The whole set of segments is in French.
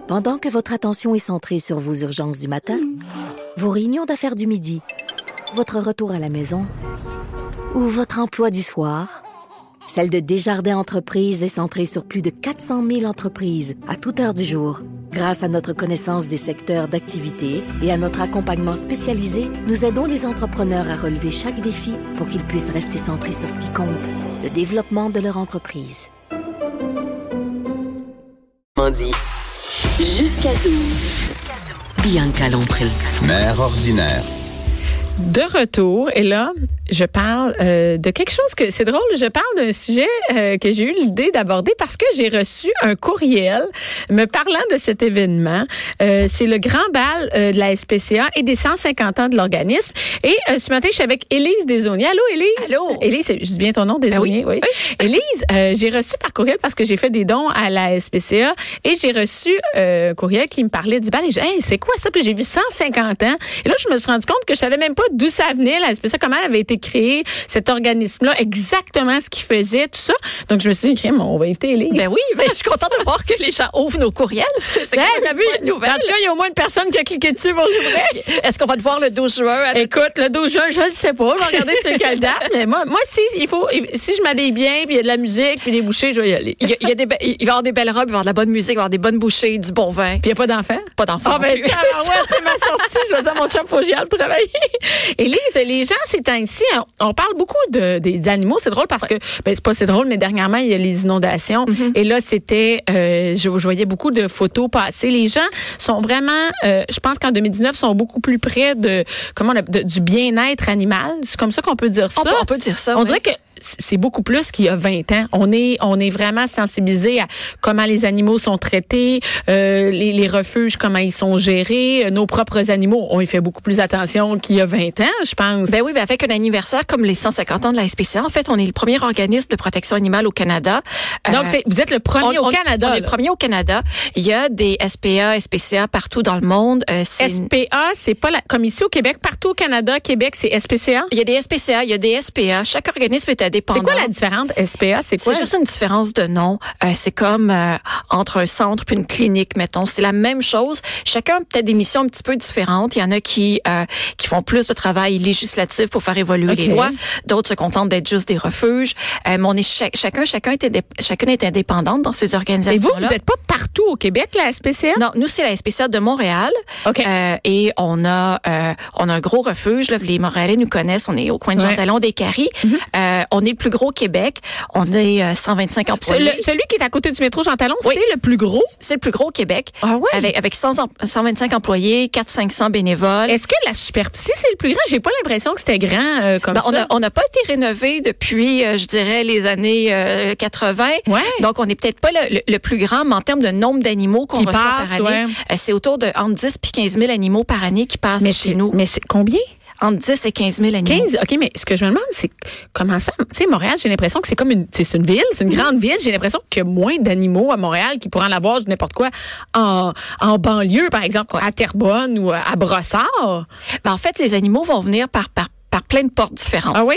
Pendant que votre attention est centrée sur vos urgences du matin, vos réunions d'affaires du midi, votre retour à la maison ou votre emploi du soir, celle de Desjardins Entreprises est centrée sur plus de 400 000 entreprises à toute heure du jour. Grâce à notre connaissance des secteurs d'activité et à notre accompagnement spécialisé, nous aidons les entrepreneurs à relever chaque défi pour qu'ils puissent rester centrés sur ce qui compte, le développement de leur entreprise. Dit. Jusqu'à 12. Bianca Lompré. Mère ordinaire. De retour, et là, je parle de quelque chose que c'est drôle. Je parle d'un sujet que j'ai eu l'idée d'aborder parce que j'ai reçu un courriel me parlant de cet événement. C'est le grand bal de la SPCA et des 150 ans de l'organisme. Et ce matin, je suis avec Élise Desaulniers. Allô, Élise. Allô. Élise, je dis bien ton nom, Desaulniers. Oui. Élise, j'ai reçu par courriel parce que j'ai fait des dons à la SPCA et j'ai reçu un courriel qui me parlait du bal. Et j'ai dit, hey, c'est quoi ça? Puis j'ai vu 150 ans. Et là, je me suis rendu compte que je savais même pas d'où ça venait, la SPCA, comment elle avait été créée, cet organisme-là, exactement ce qu'il faisait, tout ça. Donc, je me suis dit, on va inviter Élise. Ben oui, je suis contente de voir que les gens ouvrent nos courriels. C'est quand même une bonne nouvelle. En tout cas, il y a au moins une personne qui a cliqué dessus pour l'ouvrir. Est-ce qu'on va te voir le 12 juin? Écoute, le 12 juin, je ne sais pas. Je vais regarder sur quelle date. Mais moi, si je m'habille bien, puis il y a de la musique, puis des bouchées, je vais y aller. Il va y avoir des belles robes, il va y avoir de la bonne musique, il va y avoir des bonnes bouchées, du bon vin. Puis il n'y a pas d'enfants? Pas d'enfants. Ah, ben, c'est ma sortie. Je vais dire à mon chum, faut que j'y aille travailler. Élise, les gens, ces temps-ci, on parle beaucoup des animaux. C'est drôle parce que, c'est drôle, mais dernièrement, il y a les inondations. Mm-hmm. Et là, c'était, je voyais beaucoup de photos passer. Les gens sont vraiment, je pense qu'en 2019, sont beaucoup plus près du bien-être animal. C'est comme ça qu'on peut dire ça. On peut dire ça. On dirait que c'est beaucoup plus qu'il y a 20 ans. On est vraiment sensibilisés à comment les animaux sont traités, les refuges, comment ils sont gérés, nos propres animaux. On y fait beaucoup plus attention qu'il y a 20 ans, je pense. Ben oui, avec un anniversaire comme les 150 ans de la SPCA, en fait, on est le premier organisme de protection animale au Canada. Donc, vous êtes le premier au Canada. On est le premier au Canada. Il y a des SPA, SPCA partout dans le monde. SPA, c'est pas comme ici au Québec, partout au Canada, Québec, c'est SPCA? Il y a des SPCA, il y a des SPA. Chaque organisme est indépendant. C'est quoi la différence? SPA, c'est quoi? C'est juste une différence de nom. C'est comme entre un centre puis une clinique, mettons. C'est la même chose. Chacun a peut-être des missions un petit peu différentes. Il y en a qui font plus de travail législatif pour faire évoluer les lois. D'autres se contentent d'être juste des refuges. Mais on est chacune est indépendante dans ces organisations-là. Et vous n'êtes pas partout au Québec, la SPCA? Non, nous, c'est la SPCA de Montréal. Et on a un gros refuge. Là, les Montréalais nous connaissent. On est au coin de Jean-Talon des Caries. Mm-hmm. On est le plus gros au Québec. On est 125 employés. Celui qui est à côté du métro Jean-Talon, oui. C'est le plus gros? C'est le plus gros au Québec. Ah oui? Avec 125 employés, 400-500 bénévoles. Est-ce que la superficie, c'est le plus grand? J'ai pas l'impression que c'était grand comme ça. On n'a pas été rénové depuis, je dirais, les années 80. Ouais. Donc, on n'est peut-être pas le plus grand, mais en termes de nombre d'animaux qu'on reçoit par année, c'est autour de entre 10 et 15 000 animaux par année qui passent chez nous. Mais c'est combien? Entre 10 et 15 000 animaux. 15? OK, mais ce que je me demande, c'est comment ça? Tu sais, Montréal, j'ai l'impression que c'est comme c'est une ville, c'est une grande ville. J'ai l'impression qu'il y a moins d'animaux à Montréal qui pourraient en avoir n'importe quoi en banlieue, par exemple, à Terrebonne ou à Brossard. En fait, les animaux vont venir par plein de portes différentes. Ah oui?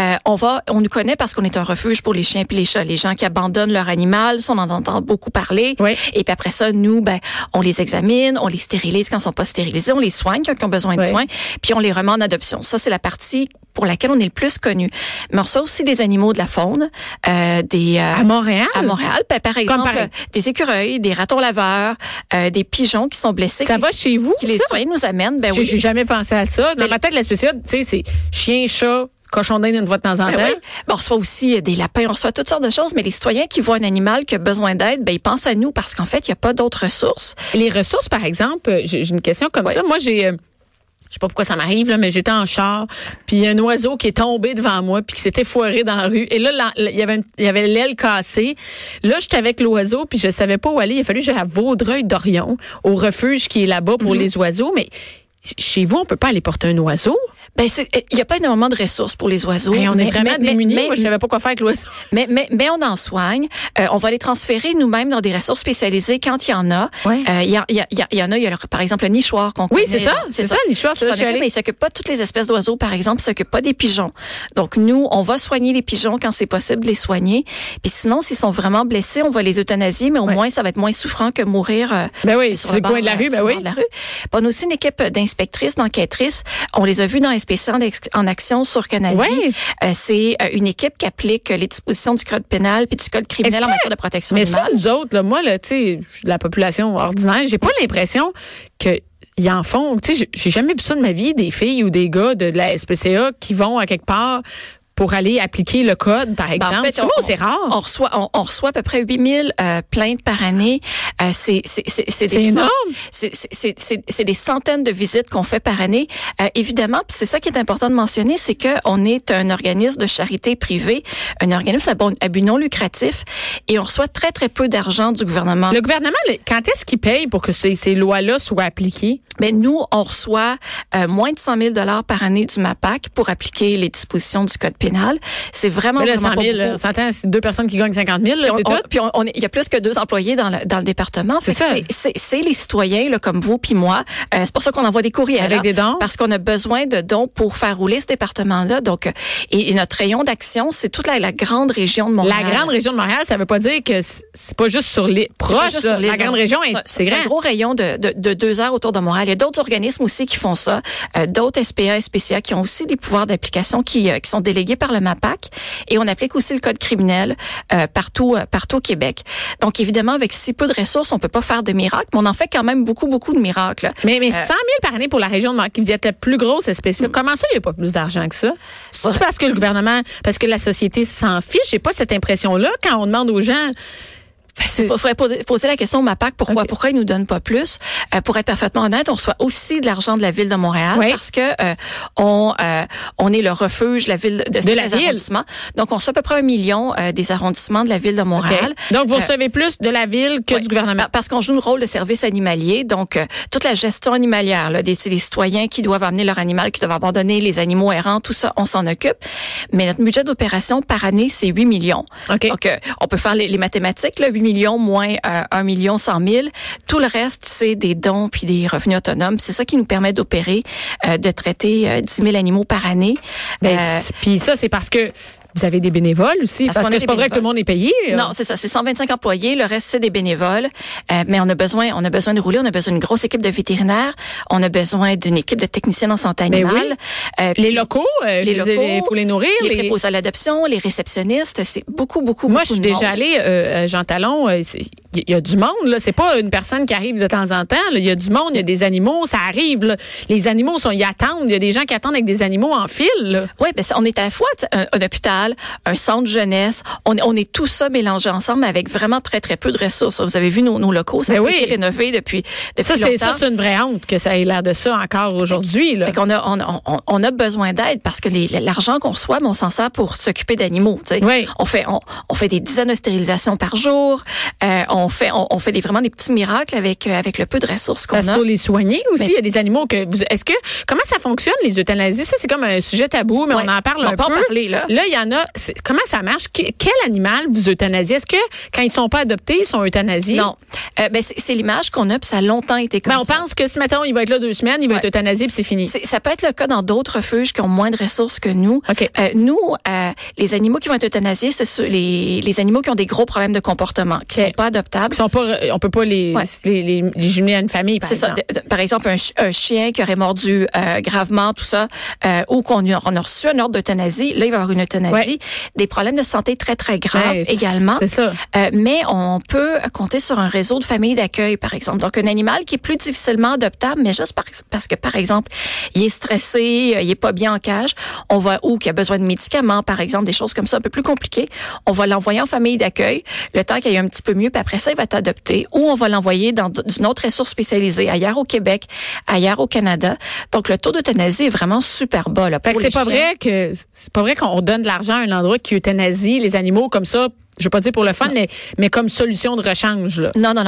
On nous connaît parce qu'on est un refuge pour les chiens et les chats. Les gens qui abandonnent leur animal, ça, on en entend beaucoup parler. Oui. Et puis après ça, nous, on les examine, on les stérilise quand ils sont pas stérilisés, on les soigne quand ils ont besoin de soins, puis on les remet en adoption. Ça, c'est la partie pour laquelle on est le plus connu. Mais on reçoit aussi des animaux de la faune, à Montréal? À Montréal, par exemple, des écureuils, des ratons laveurs, des pigeons qui sont blessés. Ça va chez vous? Les citoyens nous amènent. Oui. J'ai jamais pensé à ça. Dans ma tête, la spéciale, tu sais, c'est chien, chat, cochon d'Inde une fois de temps en temps. Oui. On reçoit aussi des lapins, on reçoit toutes sortes de choses, mais les citoyens qui voient un animal qui a besoin d'aide, ils pensent à nous parce qu'en fait, il n'y a pas d'autres ressources. Et les ressources, par exemple, j'ai une question comme ça. Moi, je sais pas pourquoi ça m'arrive, là, mais j'étais en char, puis il y a un oiseau qui est tombé devant moi, puis qui s'était foiré dans la rue. Et là, il y avait l'aile cassée. Là, j'étais avec l'oiseau, puis je savais pas où aller. Il a fallu que j'aille à Vaudreuil-Dorion, au refuge qui est là-bas pour les oiseaux. Mais chez vous, on peut pas aller porter un oiseau? Ben, il y a pas énormément de ressources pour les oiseaux. Et on est vraiment démunis. Moi, je savais pas quoi faire avec l'oiseau. Mais on en soigne. On va les transférer nous-mêmes dans des ressources spécialisées quand il y en a. Ouais. Il y en a, par exemple, le nichoir qu'on connaît. Oui, c'est ça, le nichoir. Mais il s'occupe pas de toutes les espèces d'oiseaux, par exemple, il s'occupe pas des pigeons. Donc, nous, on va soigner les pigeons quand c'est possible de les soigner. Puis sinon, s'ils sont vraiment blessés, on va les euthanasier, mais au moins, ça va être moins souffrant que mourir sur le coin de la rue. On a aussi une équipe d'inspectrices, d'enquêtrices. On les a vues dans SPC en action sur Canal Vie. C'est une équipe qui applique les dispositions du code pénal puis du code criminel en matière de protection animale. Mais ça, nous autres, là, moi, là, tu sais, la population ordinaire, j'ai pas l'impression que ils en font. Tu sais, j'ai jamais vu ça de ma vie, des filles ou des gars de la SPCA qui vont à quelque part pour aller appliquer le code, par exemple. En fait, c'est rare. On reçoit à peu près 8000 plaintes par année. C'est énorme. C'est des centaines de visites qu'on fait par année. Évidemment, puis c'est ça qui est important de mentionner, c'est que on est un organisme de charité privée, un organisme à but non lucratif, et on reçoit très, très peu d'argent du gouvernement. Le gouvernement, quand est-ce qu'il paye pour que ces lois-là soient appliquées? Ben, nous, on reçoit moins de 100 000 $ par année du MAPAC pour appliquer les dispositions du code pénal. C'est vraiment, mais là, vraiment 100 000, on s'entend, c'est 2 personnes qui gagnent 50 000, là, c'est tout. Puis il y a plus que 2 employés dans le département. C'est les citoyens, là, comme vous puis moi. C'est pour ça qu'on envoie des courriels. Avec des dons. Parce qu'on a besoin de dons pour faire rouler ce département-là. Donc, et notre rayon d'action, c'est toute la grande région de Montréal. La grande région de Montréal, ça veut pas dire que c'est pas juste sur les proches. La grande région, c'est grand. C'est un gros rayon de 2 heures autour de Montréal. Il y a d'autres organismes aussi qui font ça, d'autres SPA, SPCA qui ont aussi des pouvoirs d'application qui sont délégués par le MAPAC, et on applique aussi le code criminel partout au Québec. Donc évidemment, avec si peu de ressources, on peut pas faire de miracles, mais on en fait quand même beaucoup de miracles. Mais 100 000 par année pour la région de Montréal, qui vous êtes la plus grosse SPCA, comment ça, il n'y a pas plus d'argent que ça? C'est parce que le gouvernement, parce que la société s'en fiche? J'ai pas cette impression-là quand on demande aux gens. Il faudrait poser la question au MAPAC, pourquoi ils nous donnent pas plus? Pour être parfaitement honnête, on reçoit aussi de l'argent de la Ville de Montréal parce que on est le refuge, la ville de ces arrondissements. Donc, on reçoit à peu près 1 million des arrondissements de la Ville de Montréal. Okay. Donc, vous recevez plus de la Ville que du gouvernement? Parce qu'on joue le rôle de service animalier. Donc, toute la gestion animalière, là, des citoyens qui doivent amener leur animal, qui doivent abandonner les animaux errants, tout ça, on s'en occupe. Mais notre budget d'opération par année, c'est 8 millions. Okay. Donc, on peut faire les mathématiques, là, 8 millions moins 1 100 000. Tout le reste, c'est des dons puis des revenus autonomes. C'est ça qui nous permet d'opérer, de traiter 10 000 animaux par année. Puis ça, c'est parce que vous avez des bénévoles aussi, parce que c'est pas vrai que tout le monde est payé. Non, c'est ça. C'est 125 employés. Le reste, c'est des bénévoles. Mais on a besoin de rouler. On a besoin d'une grosse équipe de vétérinaires. On a besoin d'une équipe de techniciens en santé animale. Les locaux, il faut les nourrir. Les préposés à l'adoption, les réceptionnistes. C'est beaucoup. Moi, je suis déjà allée, Jean Talon. Il y a du monde, là. C'est pas une personne qui arrive de temps en temps. Là. Il y a du monde, il y a des animaux, ça arrive. Là. Les animaux ils attendent. Il y a des gens qui attendent avec des animaux en file. Oui, on est à la fois un hôpital, un centre jeunesse. On est tout ça mélangé ensemble avec vraiment très, très peu de ressources. Vous avez vu nos locaux, ça a été rénové depuis longtemps. Ça, c'est une vraie honte que ça ait l'air de ça encore aujourd'hui. Là. Fait qu'on on a besoin d'aide parce que l'argent qu'on reçoit, on s'en sert pour s'occuper d'animaux. Oui. On fait des dizaines de stérilisations par jour. On fait vraiment des petits miracles avec le peu de ressources qu'on a. Parce qu'il faut les soigner aussi. Il y a des animaux comment ça fonctionne, les euthanasies? Ça, c'est comme un sujet tabou, mais on en parle un peu. Là, il y en a. Comment ça marche? Quel animal vous euthanasiez? Est-ce que quand ils sont pas adoptés, ils sont euthanasiés? Non. C'est l'image qu'on a, puis ça a longtemps été comme ça. On pense que si, mettons, il va être là 2 semaines, il va être euthanasié, puis c'est fini. Ça peut être le cas dans d'autres refuges qui ont moins de ressources que nous. Okay. Nous, les animaux qui vont être euthanasiés, c'est les animaux qui ont des gros problèmes de comportement, qui sont pas adoptables. On peut pas les jumeler à une famille, par exemple. C'est ça. Par exemple, un chien qui aurait mordu gravement, tout ça, ou on a reçu un ordre d'euthanasie, là, il va y avoir une euthanasie. Ouais. Des problèmes de santé très, très graves également. C'est ça. Mais on peut compter sur un réseau de familles d'accueil, par exemple. Donc, un animal qui est plus difficilement adoptable, mais juste parce que, par exemple, il est stressé, il est pas bien en cage, ou qu'il a besoin de médicaments, par exemple, des choses comme ça un peu plus compliquées, on va l'envoyer en famille d'accueil, le temps qu'il aille un petit peu mieux, puis après ça, il va être adopté, ou on va l'envoyer dans une autre ressource spécialisée, ailleurs au Québec, ailleurs au Canada. Donc, le taux d'euthanasie est vraiment super bas, là. Fait que c'est pas vrai qu'on donne de l'argent à un endroit qui euthanasie les animaux comme ça je veux pas dire pour le fun, mais comme solution de rechange, là. Non.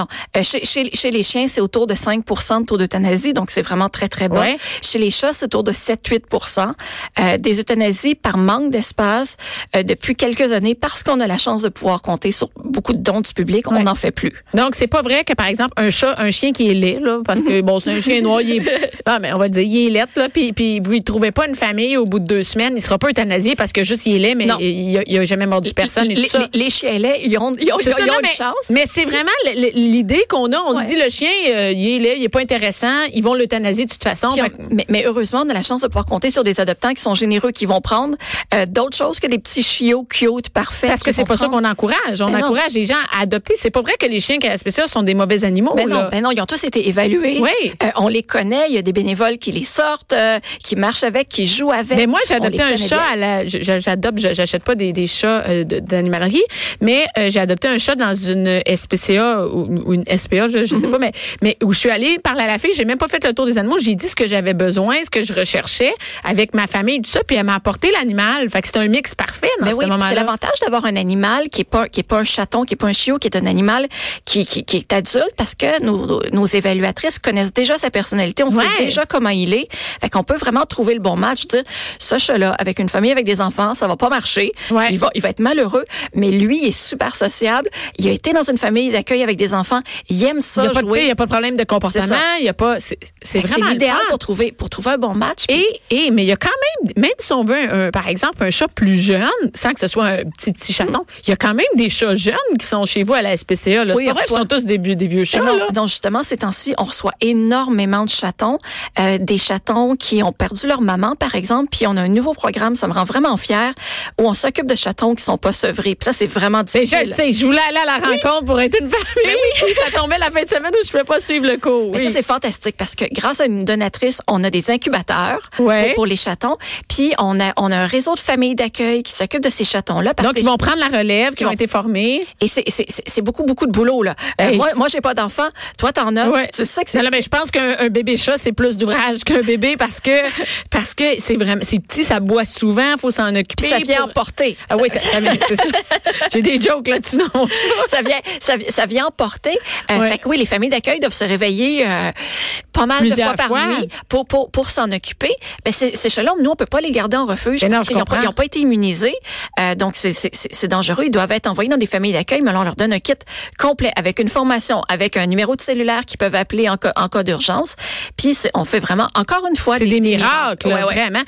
Chez les chiens, c'est autour de 5% de taux d'euthanasie, donc c'est vraiment très, très bas. Ouais. Chez les chats, c'est autour de 7-8%. Des euthanasies par manque d'espace depuis quelques années, parce qu'on a la chance de pouvoir compter sur beaucoup de dons du public, on n'en fait plus. Donc, c'est pas vrai que, par exemple, un chien qui est laid, là, parce que, bon, c'est un chien noir, mais on va dire, il est laid, là, puis vous ne trouvez pas une famille au bout de 2 semaines, il sera pas euthanasié parce que juste il est laid, mais il a jamais mordu personne et tout ça. Les chiens laids, ils ont une chance. Mais c'est vraiment l'idée qu'on a. On se dit, le chien, il est laid, il est pas intéressant, ils vont l'euthanasier de toute façon. Mais heureusement, on a la chance de pouvoir compter sur des adoptants qui sont généreux, qui vont prendre d'autres choses que des petits chiots cute, parfaits. Parce que c'est pas ça qu'on encourage. On encourage les gens à adopter. C'est pas vrai que les chiens caractéristiques spéciaux sont des mauvais animaux. Ben non, ils ont tous été évalués. Oui. On les connaît. Il y a des bénévoles qui les sortent, qui marchent avec, qui jouent avec. Mais moi, j'ai adopté un chat j'achète pas des chats d'animalerie, mais j'ai adopté un chat dans une SPCA ou une SPA, je sais pas, mais où je suis allée parler à la fille, j'ai même pas fait le tour des animaux, j'ai dit ce que j'avais besoin, ce que je recherchais avec ma famille, tout ça, puis elle m'a apporté l'animal. Fait que c'est un mix parfait dans ce moment-là. C'est l'avantage d'avoir un animal qui est pas un chaton, qui est pas un chiot, qui est un animal qui est adulte, parce que nos évaluatrices connaissent déjà sa personnalité, on sait déjà comment il est. Fait qu'on peut vraiment trouver le bon match, dire ce chat-là avec une famille avec des enfants, ça va pas marcher. Ouais. Il va être malheureux, mais lui, il est super sociable. Il a été dans une famille d'accueil avec des enfants. Il aime ça jouer. Il n'y a pas de problème de comportement. Il y a pas. C'est vraiment l'idéal pour trouver un bon match. Mais il y a quand même si on veut par exemple un chat plus jeune, sans que ce soit un petit chaton, il y a quand même des chats jeunes qui sont chez vous à la SPCA. Là. Oui, c'est pas vrai qu'ils sont tous des vieux chats. Non, justement, ces temps-ci, on reçoit énormément de chatons, des chatons qui ont perdu leur maman, par exemple, puis on a un nouveau programme, ça me rend vraiment fière, où on s'occupe de chatons qui sont pas sevrés. Puis ça, c'est vraiment difficile. Mais je sais, je voulais aller à la rencontre pour être une famille. Mais oui, ça tombait la fin de semaine où je pouvais pas suivre le cours. Mais ça, c'est fantastique parce que grâce à une donatrice, on a des incubateurs pour les chatons, puis on a un réseau de familles d'accueil qui s'occupe de ces chatons-là. Donc, ils vont prendre la relève, qui ont été formés. Et c'est beaucoup de boulot, là. Moi, j'ai pas d'enfant. Toi, t'en as. Ouais. Tu sais que c'est... Non, mais je pense qu'un bébé chat, c'est plus d'ouvrage qu'un bébé parce que c'est vraiment, c'est petit, ça boit souvent, faut s'en occuper. Puis ça vient emporter. Ah oui, ça vient, c'est ça. J'ai des jokes là-dessus dans mon chat. Ça vient emporter. Fait que oui, les familles d'accueil doivent se réveiller pas mal plusieurs de fois par nuit pour s'en occuper. Ben, ces chats-là, nous, on peut pas les garder en refuge parce qu'ils n'ont pas été immunisés. Donc, c'est dangereux. Ils doivent être envoyés dans des familles d'accueil, mais là, on leur donne un kit complet avec une formation, avec un numéro de cellulaire qu'ils peuvent appeler en cas d'urgence. Puis, on fait vraiment, encore une fois, c'est des miracles, vraiment.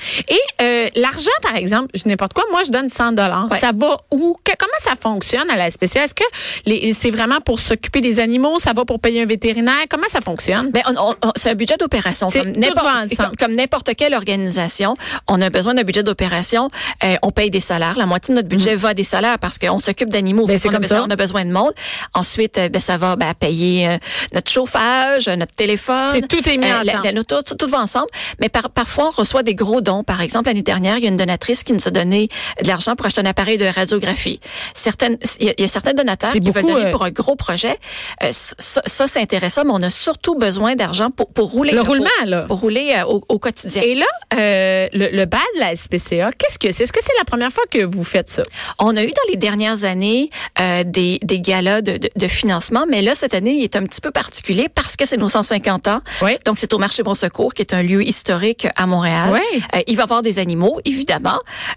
Et l'argent, par exemple, n'importe quoi, moi, je donne $100. Ouais. Ça va où? Comment ça fonctionne à la SPCA? Est-ce que c'est vraiment pour s'occuper des animaux? Ça va pour payer un vétérinaire? Comment ça fonctionne? Ben, c'est un budget d'opération. Comme n'importe quelle organisation, on a besoin d'un budget d'opération. On paye des salaires. La moitié de notre budget va à des salaires parce qu'on s'occupe d'animaux. Ben, on a besoin de monde. Ensuite, ça va payer notre chauffage, notre téléphone. Tout est mis ensemble. Tout va ensemble. Mais parfois, on reçoit des gros dons. Par exemple, l'année dernière, il y a une donatrice qui nous a donné de l'argent pour acheter un appareil de radiographie. Il y a certains donateurs qui veulent donner pour un gros projet. Ça, c'est intéressant, mais on a surtout besoin d'argent pour rouler. Le roulement, là. Pour rouler au quotidien. Et là, le bal de la SPCA, qu'est-ce que c'est? Est-ce que c'est la première fois que vous faites ça? On a eu dans les dernières années des galas de financement, mais là, cette année, il est un petit peu particulier parce que c'est nos 150 ans. Oui. Donc, c'est au Marché Bon Secours, qui est un lieu historique à Montréal. Oui. Il va y avoir des animaux, évidemment.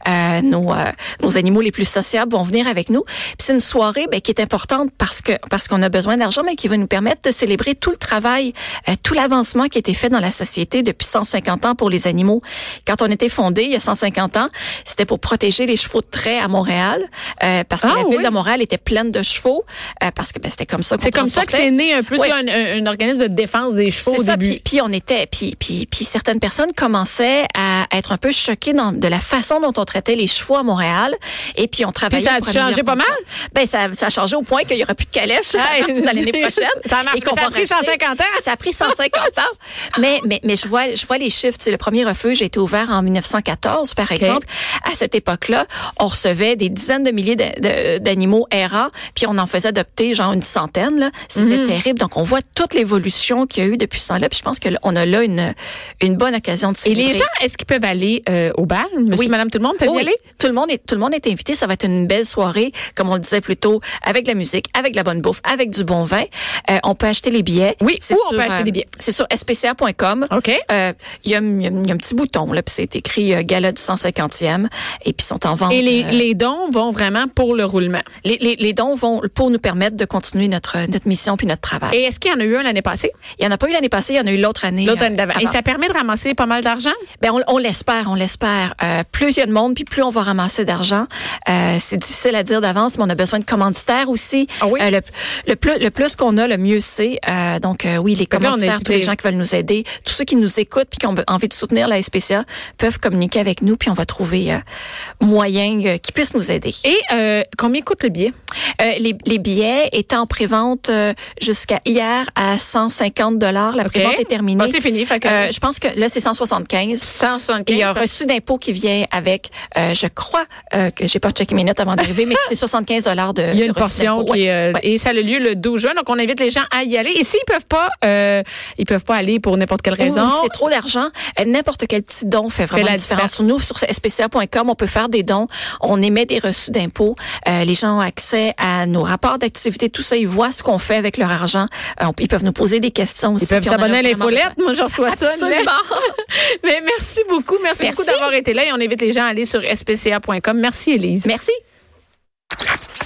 Nos animaux les plus sociables vont venir avec nous. Puis c'est une soirée qui est importante parce qu'on a besoin d'argent, mais qui va nous permettre de célébrer tout le travail, tout l'avancement qui a été fait dans la société depuis 150 ans pour les animaux. Quand on était fondé, il y a 150 ans, c'était pour protéger les chevaux de trait à Montréal, parce que la ville de Montréal était pleine de chevaux, parce que c'était comme ça qu'on C'est comme ça que c'est né un peu un organisme de défense des chevaux au début. Puis certaines personnes commençaient à être un peu choquées de la façon dont on traitait les chevaux à Montréal, et puis on travaillait. Puis ça a changé pas mal? Ben ça a changé au point qu'il y aura plus de calèches dans l'année prochaine. Ça marche. Ça a pris 150 ans. Ça a pris 150 ans. Mais je vois les chiffres. Le premier refuge a été ouvert en 1914, par exemple. À cette époque-là, on recevait des dizaines de milliers d'animaux errants, puis on en faisait adopter genre une centaine. Là. C'était terrible. Donc, on voit toute l'évolution qu'il y a eu depuis ce temps-là. Puis je pense qu'on a là une bonne occasion de célébrer. Et les gens, est-ce qu'ils peuvent aller au bal? Monsieur, madame, tout le monde peut y aller? Tout le monde est invité. Ça va être une belle soirée comme on le disait plus tôt, avec de la musique, avec de la bonne bouffe, avec du bon vin. On peut acheter les billets. Oui, où on peut acheter les billets? C'est sur spca.com. OK. Il y a un petit bouton, là, puis c'est écrit Gala du 150e, et puis sont en vente. Et les dons vont vraiment pour le roulement? Les dons vont pour nous permettre de continuer notre mission puis notre travail. Et est-ce qu'il y en a eu un l'année passée? Il n'y en a pas eu l'année passée, il y en a eu l'autre année. L'autre année d'avant. Et ça permet de ramasser pas mal d'argent? Ben on l'espère. Plus il y a de monde, puis plus on va ramasser d'argent. C'est difficile à dire d'avance, mais on a besoin de commanditaires aussi. Ah oui? Le plus qu'on a, le mieux c'est. Oui, les commanditaires, tous les gens qui veulent nous aider, tous ceux qui nous écoutent puis qui ont envie de soutenir la SPCA peuvent communiquer avec nous, puis on va trouver moyen qu'ils puissent nous aider. Et combien coûte le billet? Les billets étaient en prévente jusqu'à hier à 150 $. La prévente est terminée. Bon, c'est fini. Fait que... je pense que là, c'est 175. 175. Et il y a un reçu d'impôt qui vient avec, je crois que j'ai pas checké mes notes avant d'arriver, mais c'est 75 $ de il y a une portion qui et ça a lieu le 12 juin. Donc, on invite les gens à y aller. Et s'ils peuvent pas aller pour n'importe quelle raison. C'est trop d'argent. N'importe quel petit don fait vraiment la différence. Sur nous, sur spca.com, on peut faire des dons. On émet des reçus d'impôt. Les gens ont accès à nos rapports d'activité, tout ça. Ils voient ce qu'on fait avec leur argent. Ils peuvent nous poser des questions aussi. Ils peuvent s'abonner à l'infolette. Moi, je reçois ça. Absolument. Mais merci beaucoup. Merci beaucoup d'avoir été là. Et on invite les gens à aller sur spca.com. Merci, Élise. Merci.